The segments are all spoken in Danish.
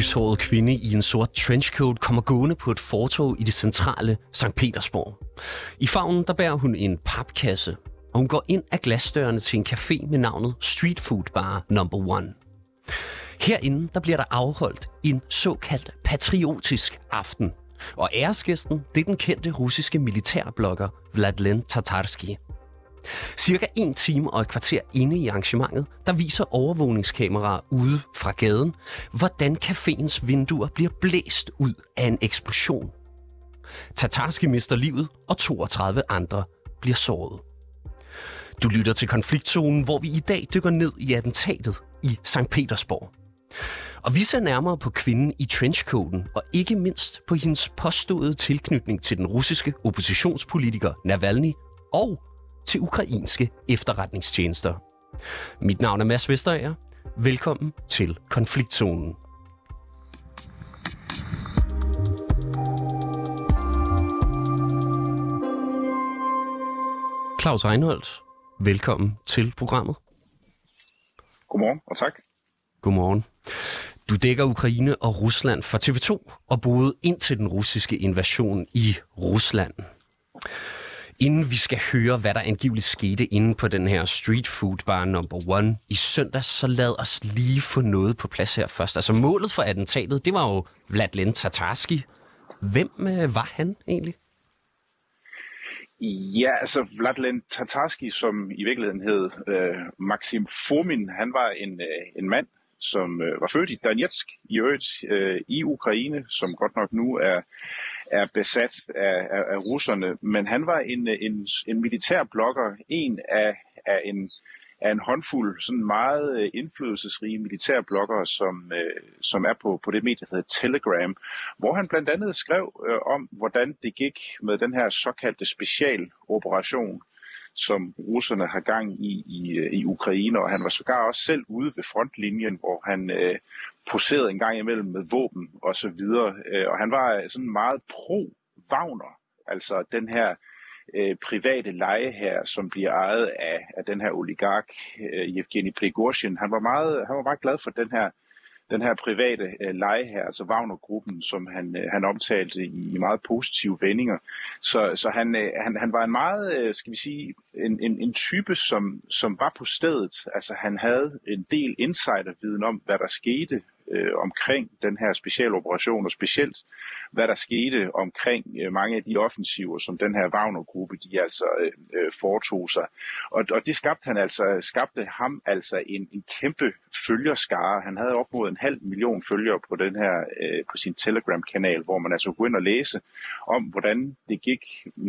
lyshåret kvinde i en sort trenchcoat kommer gående på et fortov i det centrale St. Petersborg. I favnen der bærer hun en papkasse, og hun går ind ad glasdørene til en café med navnet Street Food Bar No. 1. Herinde der bliver der afholdt en såkaldt patriotisk aften, og æresgæsten det er den kendte russiske militærblogger Vladlen Tatarsky. Cirka 1 time og et kvarter inde i arrangementet, der viser overvågningskameraer ude fra gaden, hvordan caféens vinduer bliver blæst ud af en eksplosion. Tatarsky mister livet, og 32 andre bliver såret. Du lytter til Konfliktzonen, hvor vi i dag dykker ned i attentatet i St. Petersborg. Og vi ser nærmere på kvinden i trenchcoaten, og ikke mindst på hendes påståede tilknytning til den russiske oppositionspolitiker Navalny og til ukrainske efterretningstjenester. Mit navn er Mads Vesterager. Velkommen til Konfliktzonen. Claus Reinholdt, velkommen til programmet. Godmorgen, og tak. Godmorgen. Du dækker Ukraine og Rusland for TV2 og boede ind til den russiske invasion i Rusland. Inden vi skal høre, hvad der angiveligt skete inde på den her Street Food Bar No. 1 i søndags, så lad os lige få noget på plads her først. Altså målet for attentatet, det var jo Vladlen Tatarsky. Hvem var han egentlig? Ja, altså Vladlen Tatarsky, som i virkeligheden hed Maxim Fomin, han var en mand, som var født i Donetsk, i øvrigt i Ukraine, som godt nok nu er besat af russerne, men han var en militærblogger, en af en håndfuld sådan meget indflydelsesrige militærbloggere, som er på det medie, der hedder Telegram, hvor han blandt andet skrev om, hvordan det gik med den her såkaldte specialoperation, som russerne har gang i Ukraine, og han var sågar også selv ude ved frontlinjen, hvor han poserede en gang imellem med våben og så videre, og han var sådan meget pro-Wagner, altså den her private leje her, som bliver ejet af den her oligark Yevgeny Prigozhin. Han var meget glad for den her private leje her, altså Wagner-gruppen, som han omtalte i meget positive vendinger. Så han var en meget, skal vi sige, en type, som var på stedet. Altså han havde en del insiderviden om, hvad der skete omkring den her specialoperation, og specielt hvad der skete omkring mange af de offensiver, som den her Wagner-gruppe, de altså foretog sig. Og det skabte ham en kæmpe følgerskare. Han havde op mod 500.000 følgere på den her på sin Telegram-kanal, hvor man altså kunne ind og læse om, hvordan det gik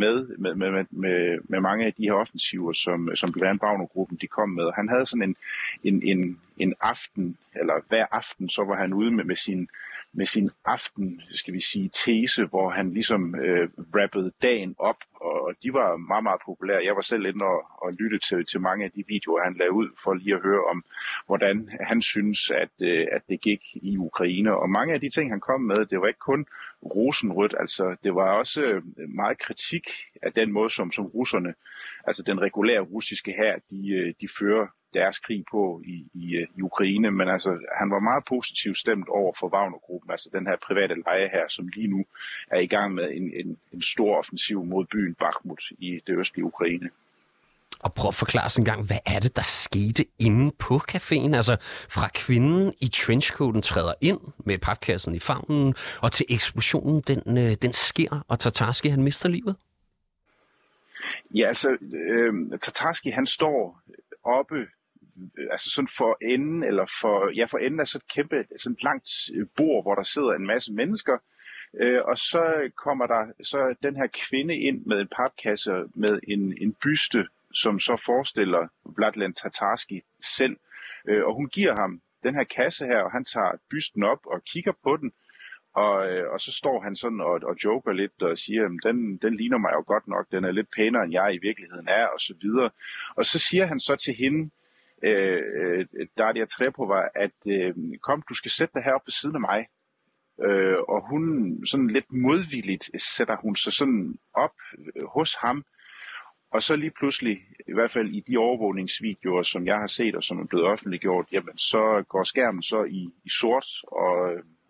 med mange af de her offensiver, som blandt andet Wagner-gruppen de kom med. Han havde sådan en aften, eller hver aften, så var han ude med sin aften, skal vi sige, tese, hvor han ligesom rappede dagen op, og de var meget, meget populære. Jeg var selv inde og lytte til mange af de videoer, han lavede ud, for lige at høre om, hvordan han synes, at det gik i Ukraine. Og mange af de ting, han kom med, det var ikke kun rosenrødt, altså det var også meget kritik af den måde, som russerne, altså den regulære russiske hær, de fører deres krig på i Ukraine, men altså han var meget positivt stemt over for Wagner-gruppen, altså den her private leje her, som lige nu er i gang med en stor offensiv mod byen Bakhmut i det østlige Ukraine. Og prøv at forklare os en gang, hvad er det, der skete inde på caféen? Altså fra kvinden i trenchcoaten træder ind med papkassen i favnen, og til eksplosionen, den sker, og Tatarsky, han mister livet? Ja, altså Tatarsky, han står oppe, altså sådan for enden af så et kæmpe, sådan et langt bord, hvor der sidder en masse mennesker, og så kommer der så den her kvinde ind med en papkasse med en byste, som så forestiller Vladlen Tatarsky selv, og hun giver ham den her kasse her, og han tager bysten op og kigger på den, og så står han sådan og joker lidt og siger, at den ligner mig jo godt nok, den er lidt pænere end jeg i virkeligheden er, og så videre. Og så siger han så til hende, Daria Trepova, at kom, du skal sætte dig heroppe ved siden af mig. Og hun sådan lidt modvilligt sætter hun sig sådan op hos ham, og så lige pludselig, i hvert fald i de overvågningsvideoer, som jeg har set og som er blevet offentliggjort, jamen så går skærmen så i sort,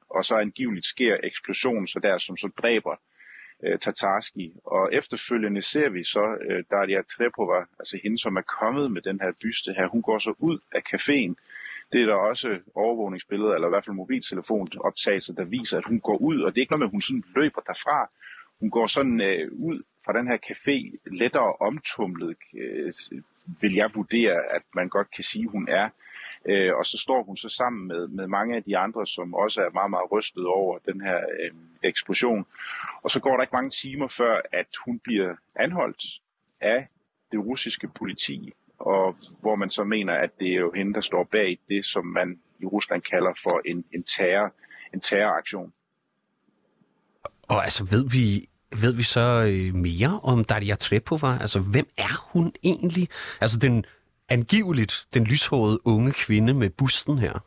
og så angiveligt sker eksplosionen så der, som så dræber Tatarski. Og efterfølgende ser vi så Daria Trepova, altså hende, som er kommet med den her byste her. Hun går så ud af caféen. Det er der også overvågningsbilleder, eller i hvert fald mobiltelefonoptagelser, der viser, at hun går ud, og det er ikke noget med, at hun sådan løber derfra. Hun går sådan ud fra den her café, lettere omtumlet, vil jeg vurdere, at man godt kan sige, hun er. Og så står hun så sammen med mange af de andre, som også er meget, meget rystet over den her eksplosion. Og så går der ikke mange timer før, at hun bliver anholdt af det russiske politi, og hvor man så mener, at det er jo hende, der står bag det, som man i Rusland kalder for en terroraktion. Og altså ved vi så mere om Daria Trepova? Altså, hvem er hun egentlig? Altså, den lyshårede unge kvinde med busten her.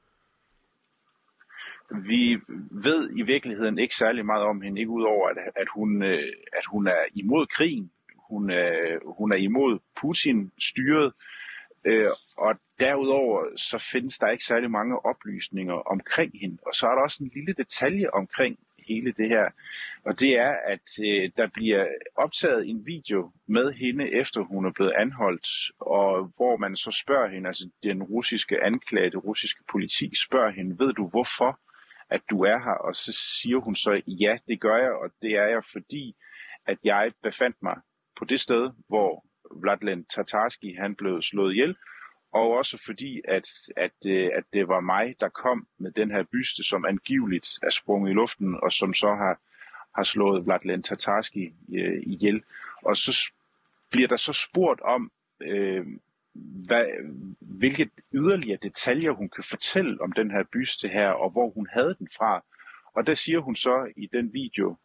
Vi ved i virkeligheden ikke særlig meget om hende, ikke udover at hun er imod krigen. Hun er imod Putin-styret, og derudover så findes der ikke særlig mange oplysninger omkring hende. Og så er der også en lille detalje omkring hele det her, og det er, at der bliver optaget en video med hende, efter hun er blevet anholdt, og hvor man så spørger hende, altså den russiske anklage, det russiske politi spørger hende, ved du hvorfor, at du er her? Og så siger hun så, ja, det gør jeg, og det er jeg, fordi at jeg befandt mig på det sted, hvor Vladlen Tatarski han blev slået ihjel, og også fordi, at det var mig, der kom med den her byste, som angiveligt er sprunget i luften, og som så har slået Vladlen Tatarski ihjel. Og så bliver der så spurgt om, hvilke yderligere detaljer hun kan fortælle om den her byste her, og hvor hun havde den fra. Og der siger hun så i den video,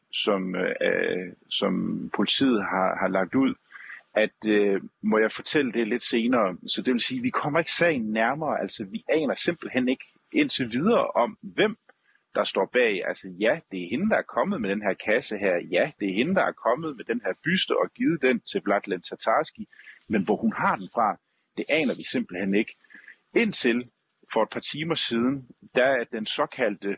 som politiet har lagt ud, at må jeg fortælle det lidt senere. Så det vil sige, at vi kommer ikke sagen nærmere. Altså vi aner simpelthen ikke indtil videre om, hvem der står bag. Altså ja, det er hende, der er kommet med den her kasse her. Ja, det er hende, der er kommet med den her byste og givet den til Vladlen Tatarski. Men hvor hun har den fra, det aner vi simpelthen ikke. Indtil for et par timer siden, der er den såkaldte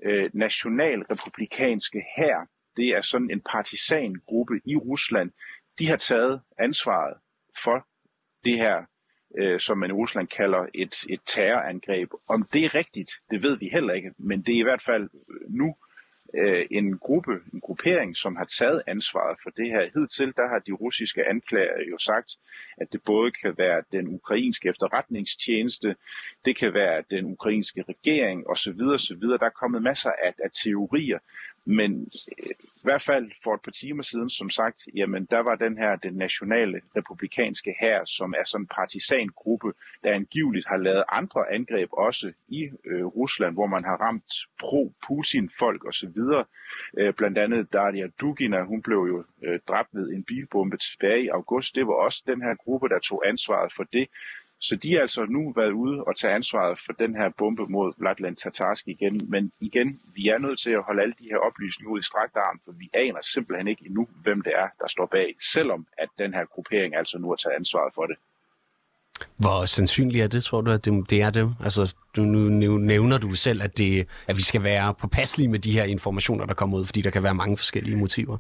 nationalrepublikanske hær, det er sådan en partisangruppe i Rusland, de har taget ansvaret for det her, som man i Rusland kalder et terrorangreb. Om det er rigtigt, det ved vi heller ikke, men det er i hvert fald nu en gruppering, som har taget ansvaret for det her. Hidtil, der har de russiske anklager jo sagt, at det både kan være den ukrainske efterretningstjeneste, det kan være den ukrainske regering osv. osv. Der er kommet masser af teorier, men i hvert fald for et par timer siden, som sagt, jamen der var den nationale republikanske hær, som er sådan en partisangruppe, der angiveligt har lavet andre angreb også i Rusland, hvor man har ramt pro-Putin-folk osv. Blandt andet Daria Dugina, hun blev jo dræbt ved en bilbombe tilbage i august. Det var også den her gruppe, der tog ansvaret for det. Så de har altså nu været ude og tage ansvaret for den her bombe mod Vladlen Tatarski igen. Men igen, vi er nødt til at holde alle de her oplysninger ud i strakt arm, for vi aner simpelthen ikke endnu, hvem det er, der står bag, selvom at den her gruppering altså nu har taget ansvaret for det. Hvor sandsynligt er det, tror du, at det er dem? Altså, nu nævner du selv, at vi skal være påpasselige med de her informationer, der kommer ud, fordi der kan være mange forskellige motiver.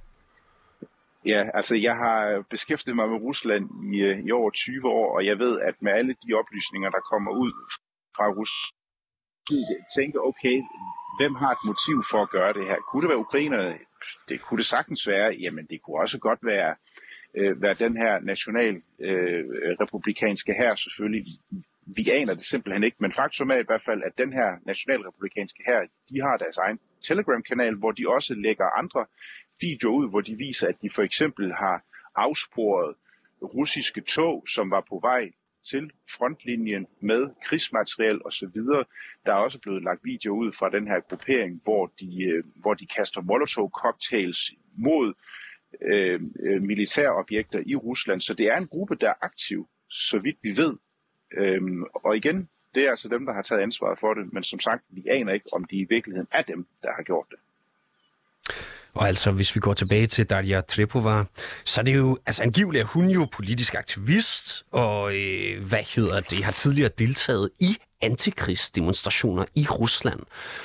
Ja, altså jeg har beskæftiget mig med Rusland i over 20 år, og jeg ved, at med alle de oplysninger, der kommer ud fra Rusland, tænker, okay, hvem har et motiv for at gøre det her? Kunne det være ukrainerne? Det kunne det sagtens være. Jamen, det kunne også godt være den her nationalrepublikanske hær, selvfølgelig. Vi aner det simpelthen ikke, men faktum er i hvert fald, at den her nationalrepublikanske hær, de har deres egen Telegram-kanal, hvor de også lægger andre videoer ud, hvor de viser, at de for eksempel har afsporet russiske tog, som var på vej til frontlinjen med krigsmateriel osv. Der er også blevet lagt videoer ud fra den her gruppering, hvor de kaster molotov-cocktails mod militærobjekter i Rusland. Så det er en gruppe, der er aktiv, så vidt vi ved. Og igen, det er altså dem, der har taget ansvaret for det, men som sagt, vi aner ikke, om de i virkeligheden er dem, der har gjort det. Og altså, hvis vi går tilbage til Daria Trepova, så er det jo, altså angiveligt er hun jo politisk aktivist, og har tidligere deltaget i antikrigsdemonstrationer i Rusland.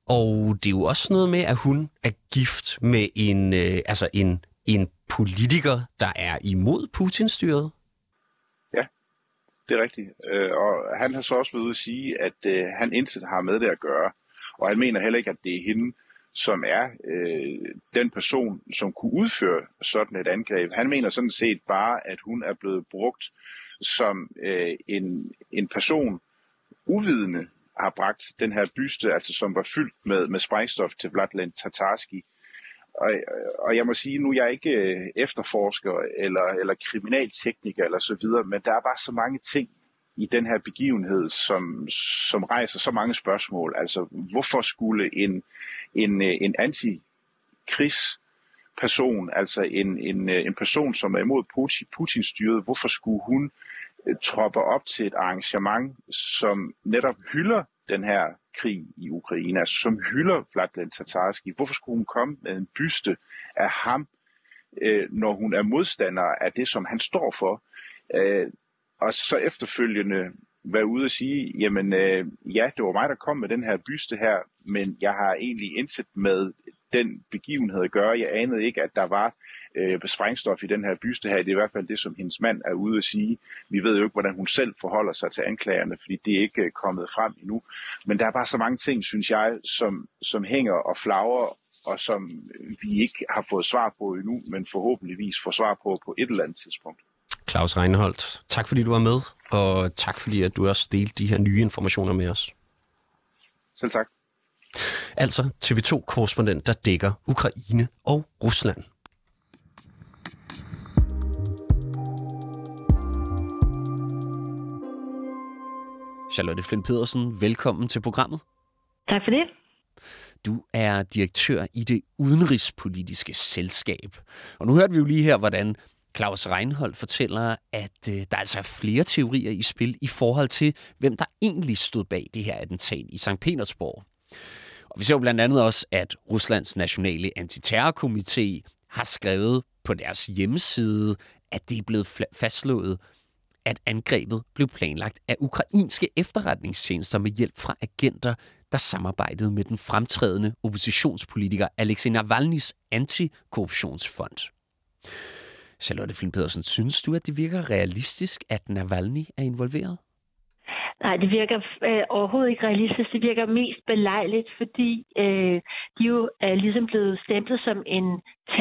Og det er jo også noget med, at hun er gift med en politiker, der er imod Putin-styret. Ja, det er rigtigt. Og han har så også været ude at sige, at han intet har med det at gøre. Og han mener heller ikke, at det er hende, som er den person, som kunne udføre sådan et angreb. Han mener sådan set bare, at hun er blevet brugt som en person, uvidende har bragt den her byste, altså som var fyldt med sprængstof til Vladlen Tatarski. Og jeg må sige, nu er jeg ikke efterforsker eller kriminaltekniker eller så videre, men der er bare så mange ting i den her begivenhed, som rejser så mange spørgsmål. Altså, hvorfor skulle en antikrigsperson, altså en person, som er imod Putin-styret, hvorfor skulle hun troppe op til et arrangement, som netop hylder den her krig i Ukraine, altså som hylder Vladlen Tatarski? Hvorfor skulle hun komme med en byste af ham, når hun er modstander af det, som han står for? Og så efterfølgende være ude og sige, jamen ja, det var mig, der kom med den her byste her, men jeg har egentlig intet med den begivenhed at gøre. Jeg anede ikke, at der var sprængstof i den her byste her. Det er i hvert fald det, som hendes mand er ude at sige. Vi ved jo ikke, hvordan hun selv forholder sig til anklagerne, fordi det er ikke kommet frem endnu. Men der er bare så mange ting, synes jeg, som hænger og flagrer, og som vi ikke har fået svar på endnu, men forhåbentligvis får svar på et eller andet tidspunkt. Claus Reinholdt, tak fordi du var med, og tak fordi at du også delte de her nye informationer med os. Selv tak. Altså TV2-korrespondent, der dækker Ukraine og Rusland. Charlotte Flint Pedersen, velkommen til programmet. Tak for det. Du er direktør i det udenrigspolitiske selskab. Og nu hørte vi jo lige her, hvordan Claus Reinholdt fortæller, at der altså er flere teorier i spil i forhold til, hvem der egentlig stod bag det her attentat i Sankt Petersborg. Og vi ser jo blandt andet også, at Ruslands nationale antiterrorkomité har skrevet på deres hjemmeside, at det er blevet fastslået, at angrebet blev planlagt af ukrainske efterretningstjenester med hjælp fra agenter, der samarbejdede med den fremtrædende oppositionspolitiker Alexei Navalnyjs antikorruptionsfond. Charlotte Flint Pedersen, synes du, at det virker realistisk, at Navalny er involveret? Nej, det virker overhovedet ikke realistisk. Det virker mest belejligt, fordi de jo er ligesom blevet stemplet som en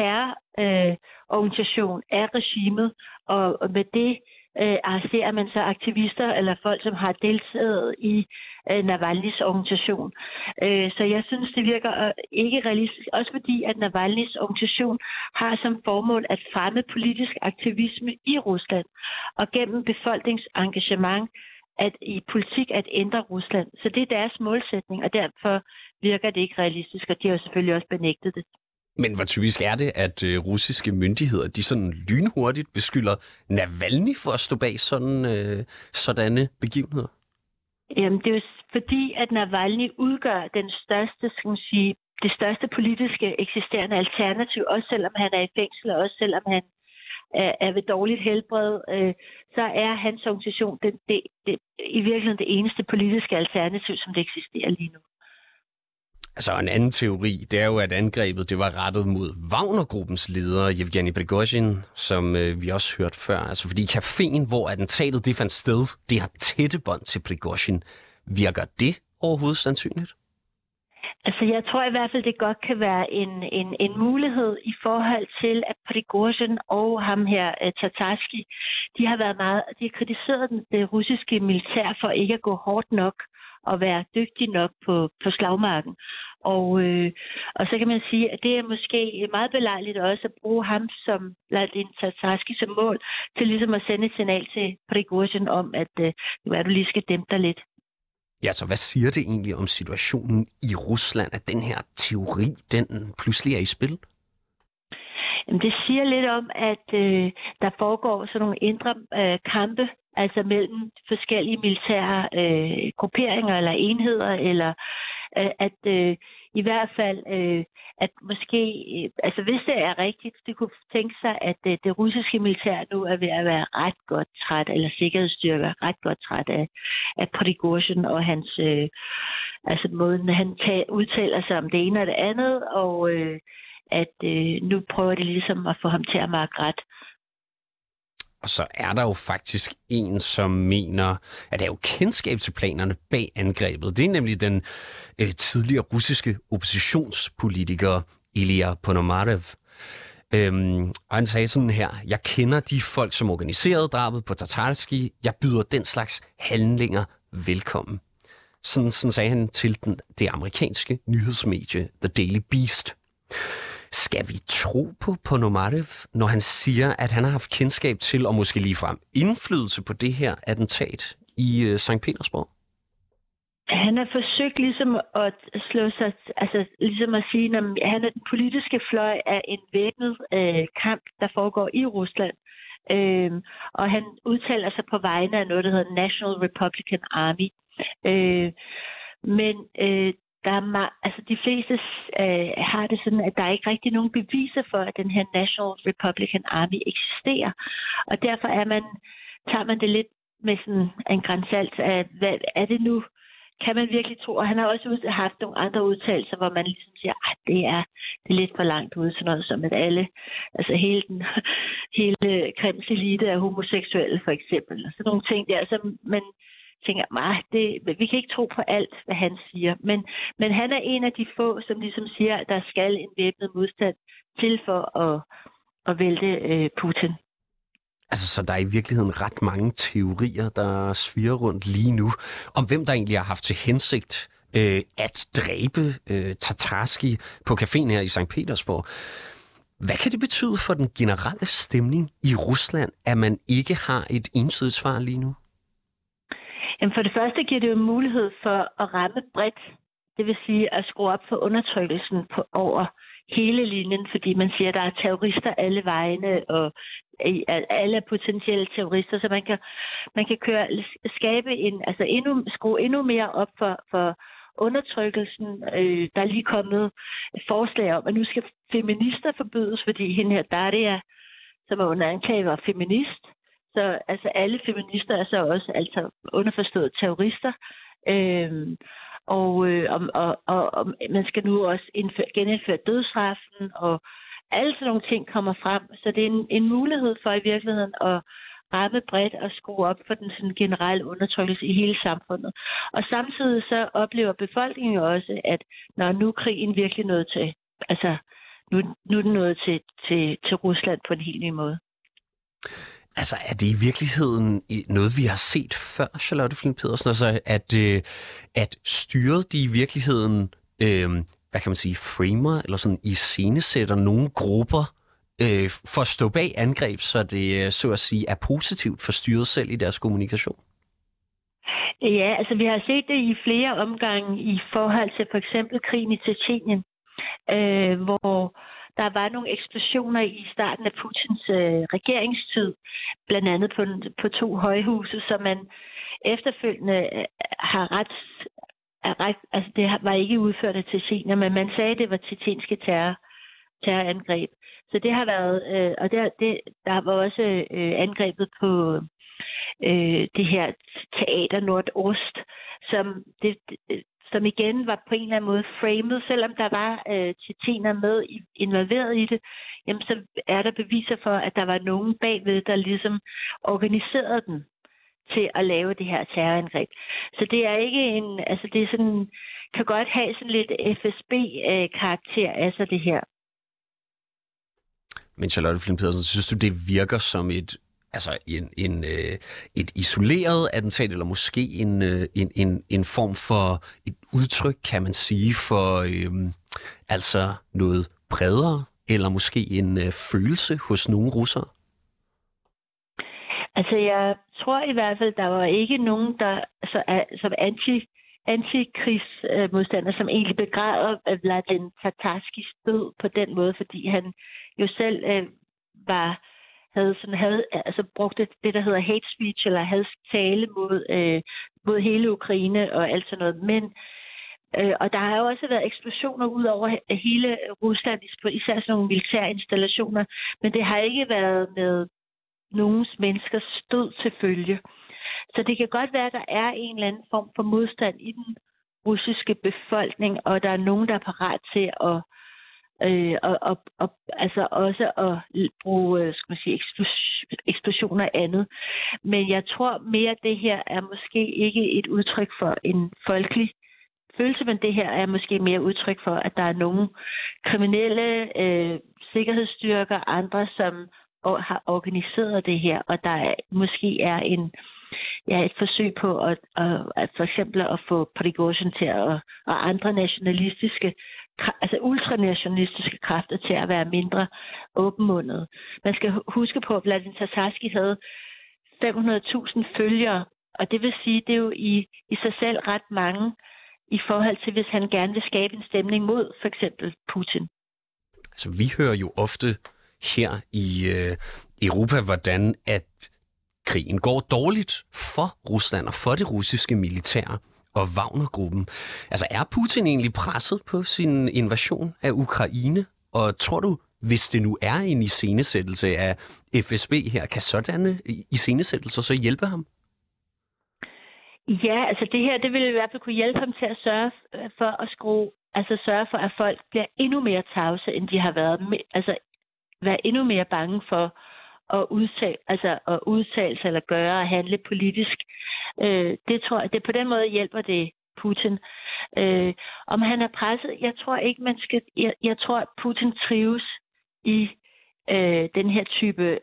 terrororganisation af regimet, og med det arresterer man så aktivister eller folk, som har deltaget i Navalnyjs organisation. Så jeg synes, det virker ikke realistisk, også fordi, at Navalnyjs organisation har som formål at fremme politisk aktivisme i Rusland, og gennem befolkningsengagement i politik at ændre Rusland. Så det er deres målsætning, og derfor virker det ikke realistisk, og de har jo selvfølgelig også benægtet det. Men hvor typisk er det, at russiske myndigheder, de sådan lynhurtigt beskylder Navalny for at stå bag sådanne begivenheder? Jamen, det er jo fordi, at Navalny udgør den største, det største politiske eksisterende alternativ, også selvom han er i fængsel, og også selvom han er ved dårligt helbred, så er hans organisation i virkeligheden det eneste politiske alternativ, som det eksisterer lige nu. Altså en anden teori, det er jo, at angrebet det var rettet mod Wagner-gruppens leder, Yevgeny Prigozhin, som vi også hørte før. Altså fordi caféen, hvor attentatet det fandt sted, det har tætte bånd til Prigozhin. Virker det overhovedet sandsynligt? Altså jeg tror i hvert fald, det godt kan være en mulighed i forhold til, at Prigozhin og ham her, Tatarski, de har kritiseret det russiske militær for ikke at gå hårdt nok og være dygtig nok på slagmarken. Og så kan man sige, at det er måske meget belejligt også at bruge ham som Tatarski som mål til ligesom at sende et signal til Prigozhin om, at du lige skal dæmpe dig lidt. Ja, så hvad siger det egentlig om situationen i Rusland, at den her teori, den pludselig er i spil? Jamen, det siger lidt om, at der foregår sådan nogle indre kampe, altså mellem forskellige militære grupperinger eller enheder, eller at i hvert fald, at måske, altså hvis det er rigtigt, det kunne tænke sig, at det russiske militær nu er ved at være ret godt træt, eller sikkerhedsstyrker ret godt træt af Prigozhin og hans, altså måden, han udtaler sig om det ene og det andet, og at nu prøver de ligesom at få ham til at makke ret. Og så er der jo faktisk en, som mener, at der er jo kendskab til planerne bag angrebet. Det er nemlig den tidligere russiske oppositionspolitiker Ilya Ponomarev. Og han sagde sådan her: jeg kender de folk, som organiserede drabet på Tatarski. Jeg byder den slags handlinger velkommen. Sådan sagde han til det amerikanske nyhedsmedie The Daily Beast. Skal vi tro på Ponomarev, når han siger, at han har haft kendskab til og måske ligefrem indflydelse på det her attentat i St. Petersborg? Han har forsøgt ligesom at slå sig, altså ligesom at sige, at han er den politiske fløj af en væbnet kamp, der foregår i Rusland. Og han udtaler sig på vegne af noget, der hedder National Republican Army. Men der er altså de fleste har det sådan, at der er ikke rigtig nogen beviser for, at den her National Republican Army eksisterer. Og derfor tager man det lidt med sådan en grænsalt af, hvad er det nu? Kan man virkelig tro? Og han har også haft nogle andre udtalelser, hvor man ligesom siger, at det er lidt for langt ude, sådan noget som at alle, altså hele Krems elite er homoseksuelle for eksempel. Og sådan nogle ting der, så man tænker, vi kan ikke tro på alt, hvad han siger. Men han er en af de få, som ligesom siger, at der skal en væbnet modstand til for at vælte Putin. Altså, så der er i virkeligheden ret mange teorier, der svirrer rundt lige nu, om hvem der egentlig har haft til hensigt at dræbe Tatarski på caféen her i St. Petersborg. Hvad kan det betyde for den generelle stemning i Rusland, at man ikke har et entydigt svar lige nu? Jamen for det første giver det jo mulighed for at ramme bredt. Det vil sige at skrue op for undertrykkelsen over hele linjen, fordi man siger, at der er terrorister alle vegne, og alle er potentielle terrorister, så man kan skrue endnu mere op for undertrykkelsen. Der er lige kommet forslag om, at nu skal feminister forbydes, fordi hende her Daria, som er under anklage, var feminist. Så altså alle feminister er så også altså underforstået terrorister. Og man skal nu også genindføre dødsstraffen, og alle sådan nogle ting kommer frem. Så det er en mulighed for i virkeligheden at ramme bredt og skrue op for den sådan generelle undertrykkelse i hele samfundet. Og samtidig så oplever befolkningen også, at når nu krigen virkelig nået til, altså nu er den nået til Rusland på en helt ny måde. Altså, er det i virkeligheden noget, vi har set før, Charlotte Flint Pedersen? Altså, at styret de i virkeligheden, hvad kan man sige, framer, eller sådan iscenesætter nogle grupper for at stå bag angreb, så det, så at sige, er positivt for styret selv i deres kommunikation? Ja, altså vi har set det i flere omgange i forhold til for eksempel krigen i Tjetjenien, hvor der var nogle eksplosioner i starten af Putins regeringstid, blandt andet på 2 højhuse, som man efterfølgende har altså det var ikke udført af tjetjener, men man sagde, at det var tjetjenske terrorangreb. Så det har været, og der var også angrebet på det her teater Nordost, som igen var på en eller anden måde framed, selvom der var tjetjener med involveret i det, jamen så er der beviser for, at der var nogen bagved, der ligesom organiserede den til at lave det her terrorangreb. Så det er ikke altså det er sådan, kan godt have sådan lidt FSB-karakter af sig det her. Men Charlotte Flint Pedersen, synes du, det virker som et isoleret attentat, eller måske en form for et udtryk, kan man sige, for altså noget bredere, eller måske en følelse hos nogle russere? Altså, jeg tror i hvert fald, der var ikke nogen, der som antikrigsmodstander, som egentlig begræder Vladimir Tatarskis død på den måde, fordi han jo selv havde brugt det, der hedder hate speech, eller havde tale mod hele Ukraine og alt sådan noget. Og der har jo også været eksplosioner ud over hele Rusland, især sådan nogle militære installationer, men det har ikke været med nogens menneskers død til følge. Så det kan godt være, at der er en eller anden form for modstand i den russiske befolkning, og der er nogen, der er parat til altså også at bruge eksplosioner og andet. Men jeg tror mere, at det her er måske ikke et udtryk for en folkelig følelse, men det her er måske mere udtryk for, at der er nogle kriminelle sikkerhedsstyrker, andre, som har organiseret det her, og der måske er et forsøg på at for eksempel at få Prigozhin til og andre nationalistiske, altså ultranationalistiske kræfter til at være mindre åbenmundede. Man skal huske på, at Vladimir Tatarski havde 500.000 følgere, og det vil sige, det er jo i sig selv ret mange i forhold til, hvis han gerne vil skabe en stemning mod for eksempel Putin. Altså, vi hører jo ofte her i Europa, hvordan at krigen går dårligt for Rusland og for det russiske militær og Wagner-gruppen. Altså, er Putin egentlig presset på sin invasion af Ukraine? Og tror du, hvis det nu er en iscenesættelse af FSB her, kan sådanne iscenesættelser så hjælpe ham? Ja, altså det her, det vil i hvert fald kunne hjælpe ham til at sørge for, at folk bliver endnu mere tavse, end de har været. Altså, være endnu mere bange for at udtale sig eller gøre og handle politisk. Det tror jeg, det på den måde hjælper det Putin. Om han er presset, jeg tror ikke, jeg tror, at Putin trives i den her type,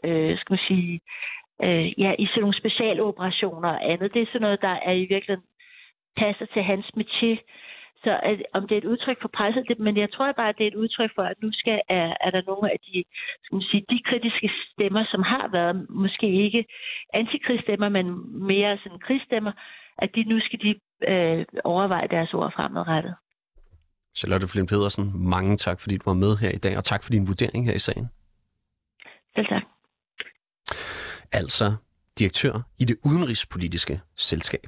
i sådan nogle specialoperationer og andet. Det er sådan noget, der er i virkeligheden passer til hans métier. Så om det er et udtryk for presset, men jeg tror bare, at det er et udtryk for, at nu er der nogle af de kritiske stemmer, som har været måske ikke antikrigsstemmer, men mere sådan krigsstemmer, at nu skal de overveje deres ord fremadrettet. Charlotte Flint Pedersen, mange tak, fordi du var med her i dag, og tak for din vurdering her i sagen. Selv tak. Altså direktør i det udenrigspolitiske selskab.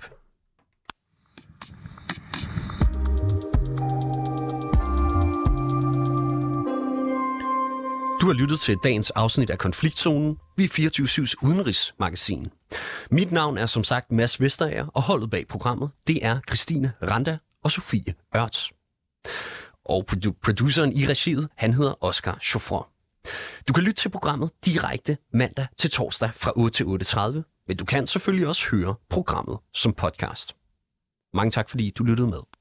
Du har lyttet til dagens afsnit af Konfliktzonen. Vi er 24/7's udenrigsmagasin. Mit navn er som sagt Mads Vesterager, og holdet bag programmet, det er Christine Randa og Sofie Ørts. Og produceren i regiet, han hedder Oscar Chauffeur. Du kan lytte til programmet direkte mandag til torsdag fra 8 til 8:30, men du kan selvfølgelig også høre programmet som podcast. Mange tak, fordi du lyttede med.